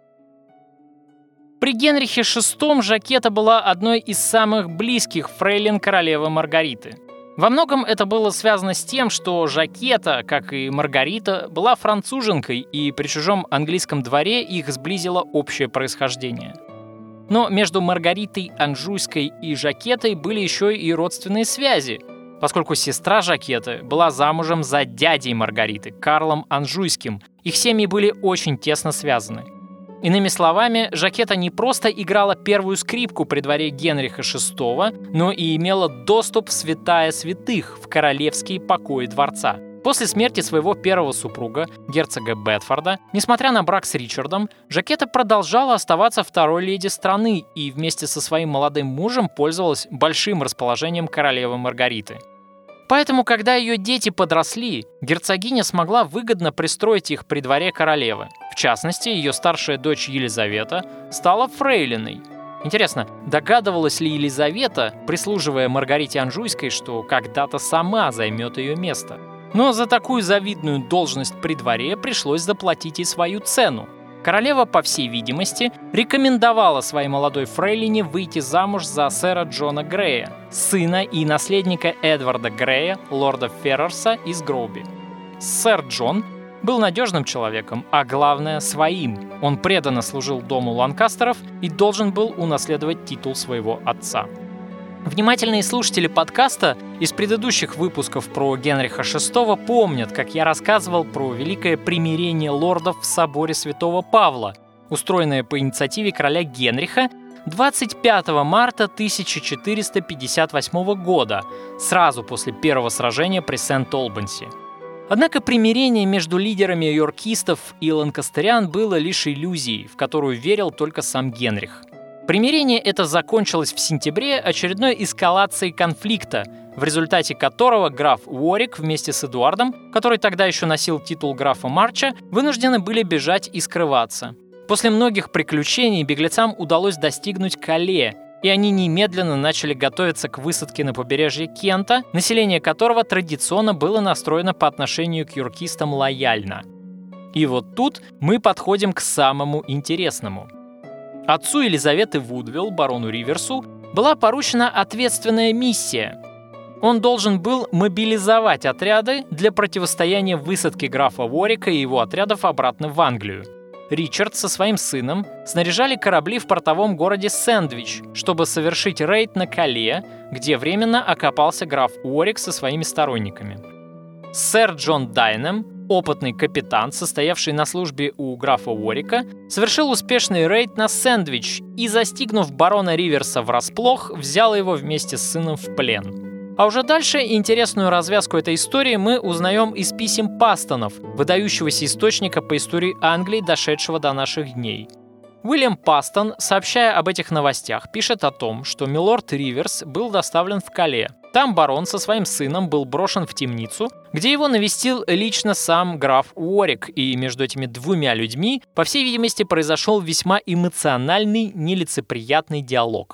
При Генрихе шестом Жакета была одной из самых близких фрейлин королевы Маргариты. Во многом это было связано с тем, что Жакета, как и Маргарита, была француженкой, и при чужом английском дворе их сблизило общее происхождение. Но между Маргаритой Анжуйской и Жакетой были еще и родственные связи, поскольку сестра Жакеты была замужем за дядей Маргариты, Карлом Анжуйским. Их семьи были очень тесно связаны. Иными словами, Жакета не просто играла первую скрипку при дворе Генриха шестого, но и имела доступ в святая святых, в королевские покои дворца. После смерти своего первого супруга, герцога Бетфорда, несмотря на брак с Ричардом, Жакета продолжала оставаться второй леди страны и вместе со своим молодым мужем пользовалась большим расположением королевы Маргариты. Поэтому, когда ее дети подросли, герцогиня смогла выгодно пристроить их при дворе королевы. В частности, ее старшая дочь Елизавета стала фрейлиной. Интересно, догадывалась ли Елизавета, прислуживая Маргарите Анжуйской, что когда-то сама займет ее место? Но за такую завидную должность при дворе пришлось заплатить и свою цену. Королева, по всей видимости, рекомендовала своей молодой фрейлине выйти замуж за сэра Джона Грея, сына и наследника Эдварда Грея, лорда Феррерса из Гроуби. Сэр Джон был надежным человеком, а главное — своим. Он преданно служил дому Ланкастеров и должен был унаследовать титул своего отца. Внимательные слушатели подкаста из предыдущих выпусков про Генриха шестого помнят, как я рассказывал про великое примирение лордов в соборе Святого Павла, устроенное по инициативе короля Генриха двадцать пятого марта тысяча четыреста пятьдесят восьмого года, сразу после первого сражения при Сент-Олбанси. Однако примирение между лидерами йоркистов и ланкастерян было лишь иллюзией, в которую верил только сам Генрих. Примирение это закончилось в сентябре очередной эскалацией конфликта, в результате которого граф Уорик вместе с Эдуардом, который тогда еще носил титул графа Марча, вынуждены были бежать и скрываться. После многих приключений беглецам удалось достигнуть Кале, и они немедленно начали готовиться к высадке на побережье Кента, население которого традиционно было настроено по отношению к йоркистам лояльно. И вот тут мы подходим к самому интересному. Отцу Елизаветы Вудвилл, барону Риверсу, была поручена ответственная миссия. Он должен был мобилизовать отряды для противостояния высадке графа Уорика и его отрядов обратно в Англию. Ричард со своим сыном снаряжали корабли в портовом городе Сэндвич, чтобы совершить рейд на Кале, где временно окопался граф Уорик со своими сторонниками. Сэр Джон Дайнем, опытный капитан, состоявший на службе у графа Уорика, совершил успешный рейд на Сэндвич и, застигнув барона Риверса врасплох, взял его вместе с сыном в плен. А уже дальше интересную развязку этой истории мы узнаем из писем Пастонов, выдающегося источника по истории Англии, дошедшего до наших дней. Уильям Пастон, сообщая об этих новостях, пишет о том, что милорд Риверс был доставлен в Кале. Там барон со своим сыном был брошен в темницу, где его навестил лично сам граф Уорик, и между этими двумя людьми, по всей видимости, произошел весьма эмоциональный, нелицеприятный диалог.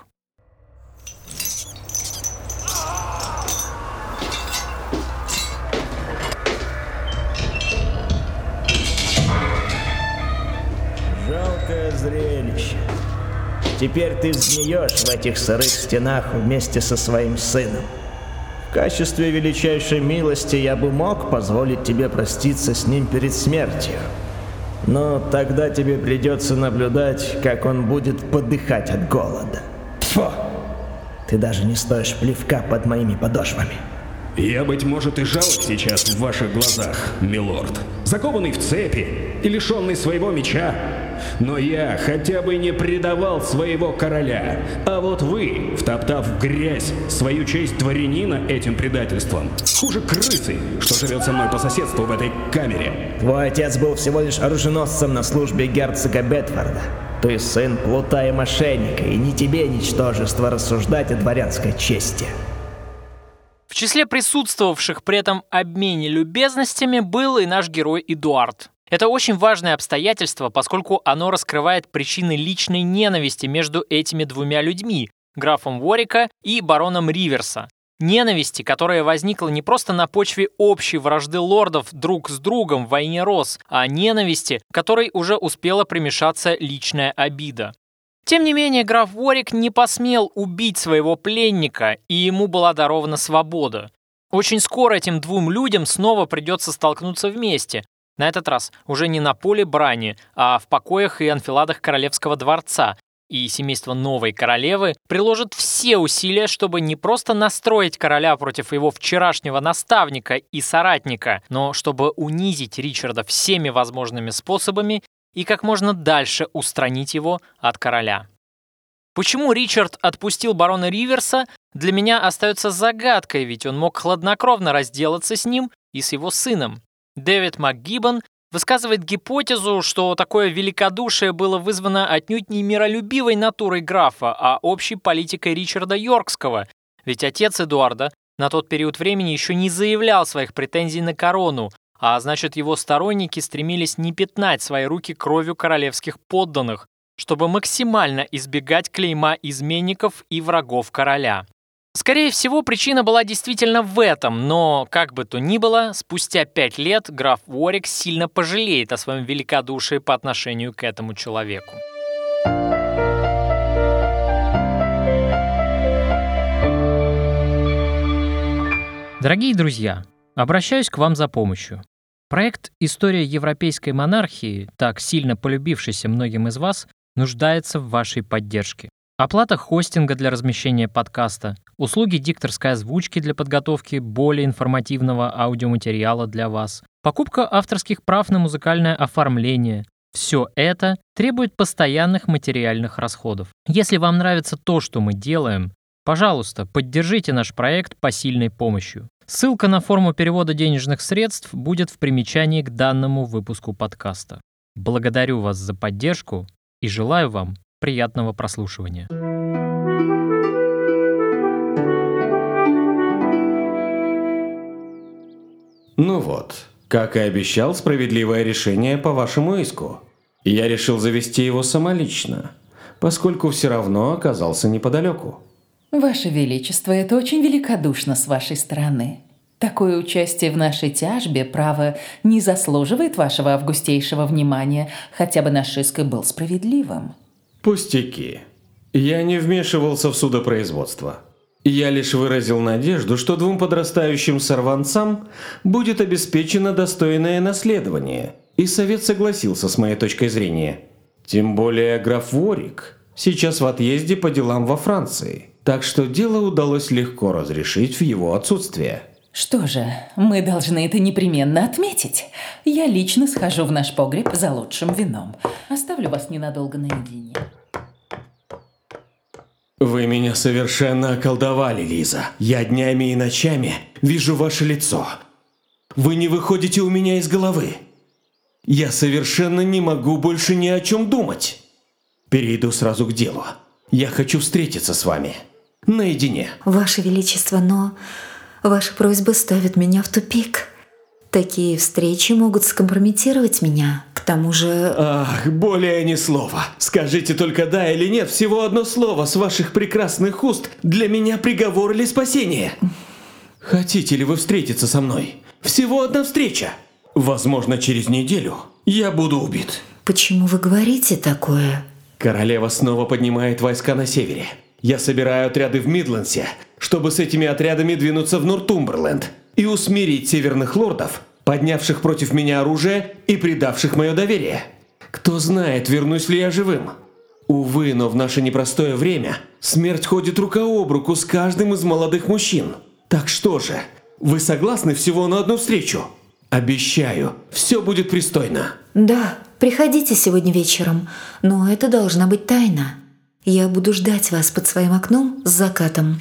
Жалкое зрелище. Теперь ты сгниешь в этих сырых стенах вместе со своим сыном. В качестве величайшей милости я бы мог позволить тебе проститься с ним перед смертью. Но тогда тебе придется наблюдать, как он будет подыхать от голода. Тьфу! Ты даже не стоишь плевка под моими подошвами. Я, быть может, и жалок сейчас в ваших глазах, милорд. Закованный в цепи и лишенный своего меча. Но я хотя бы не предавал своего короля. А вот вы, втоптав в грязь свою честь дворянина этим предательством, хуже крысы, что живет со мной по соседству в этой камере. Твой отец был всего лишь оруженосцем на службе герцога Бетфорда. Ты сын плута и мошенника, и не тебе, ничтожество, рассуждать о дворянской чести. В числе присутствовавших при этом обмене любезностями был и наш герой Эдуард. Это очень важное обстоятельство, поскольку оно раскрывает причины личной ненависти между этими двумя людьми, графом Уорика и бароном Риверса. Ненависти, которая возникла не просто на почве общей вражды лордов друг с другом в войне роз, а ненависти, которой уже успела примешаться личная обида. Тем не менее, граф Уорик не посмел убить своего пленника, и ему была дарована свобода. Очень скоро этим двум людям снова придется столкнуться вместе. На этот раз уже не на поле брани, а в покоях и анфиладах королевского дворца. И семейство новой королевы приложит все усилия, чтобы не просто настроить короля против его вчерашнего наставника и соратника, но чтобы унизить Ричарда всеми возможными способами и как можно дальше устранить его от короля. Почему Ричард отпустил барона Риверса, для меня остается загадкой, ведь он мог хладнокровно разделаться с ним и с его сыном. Дэвид МакГиббон высказывает гипотезу, что такое великодушие было вызвано отнюдь не миролюбивой натурой графа, а общей политикой Ричарда Йоркского, ведь отец Эдуарда на тот период времени еще не заявлял своих претензий на корону, а значит, его сторонники стремились не пятнать свои руки кровью королевских подданных, чтобы максимально избегать клейма изменников и врагов короля. Скорее всего, причина была действительно в этом, но, как бы то ни было, спустя пять лет граф Уорик сильно пожалеет о своем великодушии по отношению к этому человеку. Дорогие друзья, обращаюсь к вам за помощью. Проект «История европейской монархии», так сильно полюбившийся многим из вас, нуждается в вашей поддержке. Оплата хостинга для размещения подкаста, услуги дикторской озвучки для подготовки более информативного аудиоматериала для вас, покупка авторских прав на музыкальное оформление – все это требует постоянных материальных расходов. Если вам нравится то, что мы делаем, пожалуйста, поддержите наш проект посильной помощью. Ссылка на форму перевода денежных средств будет в примечании к данному выпуску подкаста. Благодарю вас за поддержку и желаю вам приятного прослушивания. Ну вот, как и обещал, справедливое решение по вашему иску. Я решил завести его самолично, поскольку все равно оказался неподалеку. Ваше Величество, это очень великодушно с вашей стороны. Такое участие в нашей тяжбе, право, не заслуживает вашего августейшего внимания, хотя бы наш иск и был справедливым. Пустяки. Я не вмешивался в судопроизводство. Я лишь выразил надежду, что двум подрастающим сорванцам будет обеспечено достойное наследование, и совет согласился с моей точкой зрения. Тем более граф Уорик сейчас в отъезде по делам во Франции, так что дело удалось легко разрешить в его отсутствие. Что же, мы должны это непременно отметить. Я лично схожу в наш погреб за лучшим вином. Оставлю вас ненадолго наедине. Вы меня совершенно околдовали, Лиза. Я днями и ночами вижу ваше лицо. Вы не выходите у меня из головы. Я совершенно не могу больше ни о чем думать. Перейду сразу к делу. Я хочу встретиться с вами. Наедине. Ваше Величество, но ваша просьба ставит меня в тупик. Такие встречи могут скомпрометировать меня. К тому же... Ах, более ни слова. Скажите только да или нет, всего одно слово с ваших прекрасных уст для меня приговор или спасение. Хотите ли вы встретиться со мной? Всего одна встреча. Возможно, через неделю я буду убит. Почему вы говорите такое? Королева снова поднимает войска на севере. Я собираю отряды в Мидлендсе, чтобы с этими отрядами двинуться в Нортумберленд и усмирить северных лордов, поднявших против меня оружие и предавших мое доверие. Кто знает, вернусь ли я живым. Увы, но в наше непростое время смерть ходит рука об руку с каждым из молодых мужчин. Так что же, вы согласны всего на одну встречу? Обещаю, все будет пристойно. Да, приходите сегодня вечером, но это должна быть тайна. Я буду ждать вас под своим окном с закатом.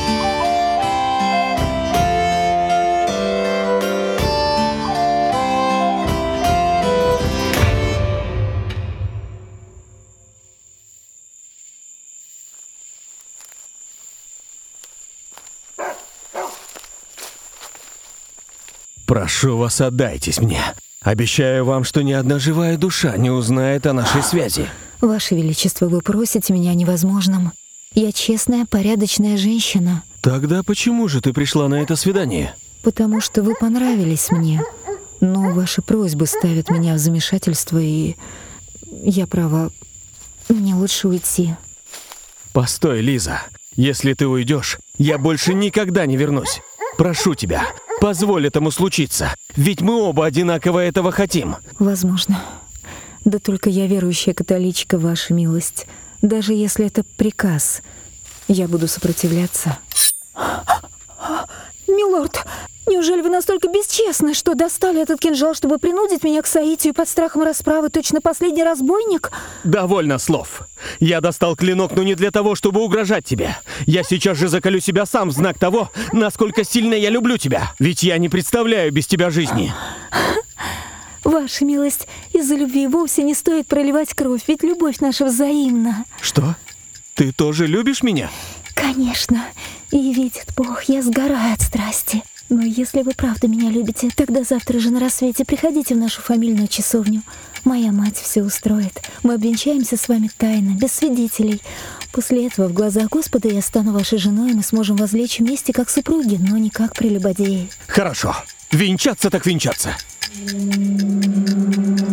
Прошу вас, отдайтесь мне. Обещаю вам, что ни одна живая душа не узнает о нашей связи. Ваше Величество, вы просите меня о невозможном. Я честная, порядочная женщина. Тогда почему же ты пришла на это свидание? Потому что вы понравились мне. Но ваши просьбы ставят меня в замешательство, и я права. Мне лучше уйти. Постой, Лиза. Если ты уйдешь, я больше никогда не вернусь. Прошу тебя, позволь этому случиться, ведь мы оба одинаково этого хотим. Возможно. Да только я верующая католичка, ваша милость. Даже если это приказ, я буду сопротивляться. Милорд, Неужели вы настолько бесчестны, что достали этот кинжал, чтобы принудить меня к соитию под страхом расправы, точно последний разбойник? Довольно слов. Я достал клинок, но не для того, чтобы угрожать тебе. Я сейчас же заколю себя сам в знак того, насколько сильно я люблю тебя. Ведь я не представляю без тебя жизни. Ваша милость, из-за любви вовсе не стоит проливать кровь, ведь любовь наша взаимна. Что? Ты тоже любишь меня? Конечно. И видит Бог, я сгораю от страсти. Но если вы правда меня любите, тогда завтра же на рассвете приходите в нашу фамильную часовню. Моя мать все устроит. Мы обвенчаемся с вами тайно, без свидетелей. После этого в глазах Господа я стану вашей женой, и мы сможем возлечь вместе как супруги, но не как прелюбодеи. Хорошо. Венчаться так венчаться. Thank you.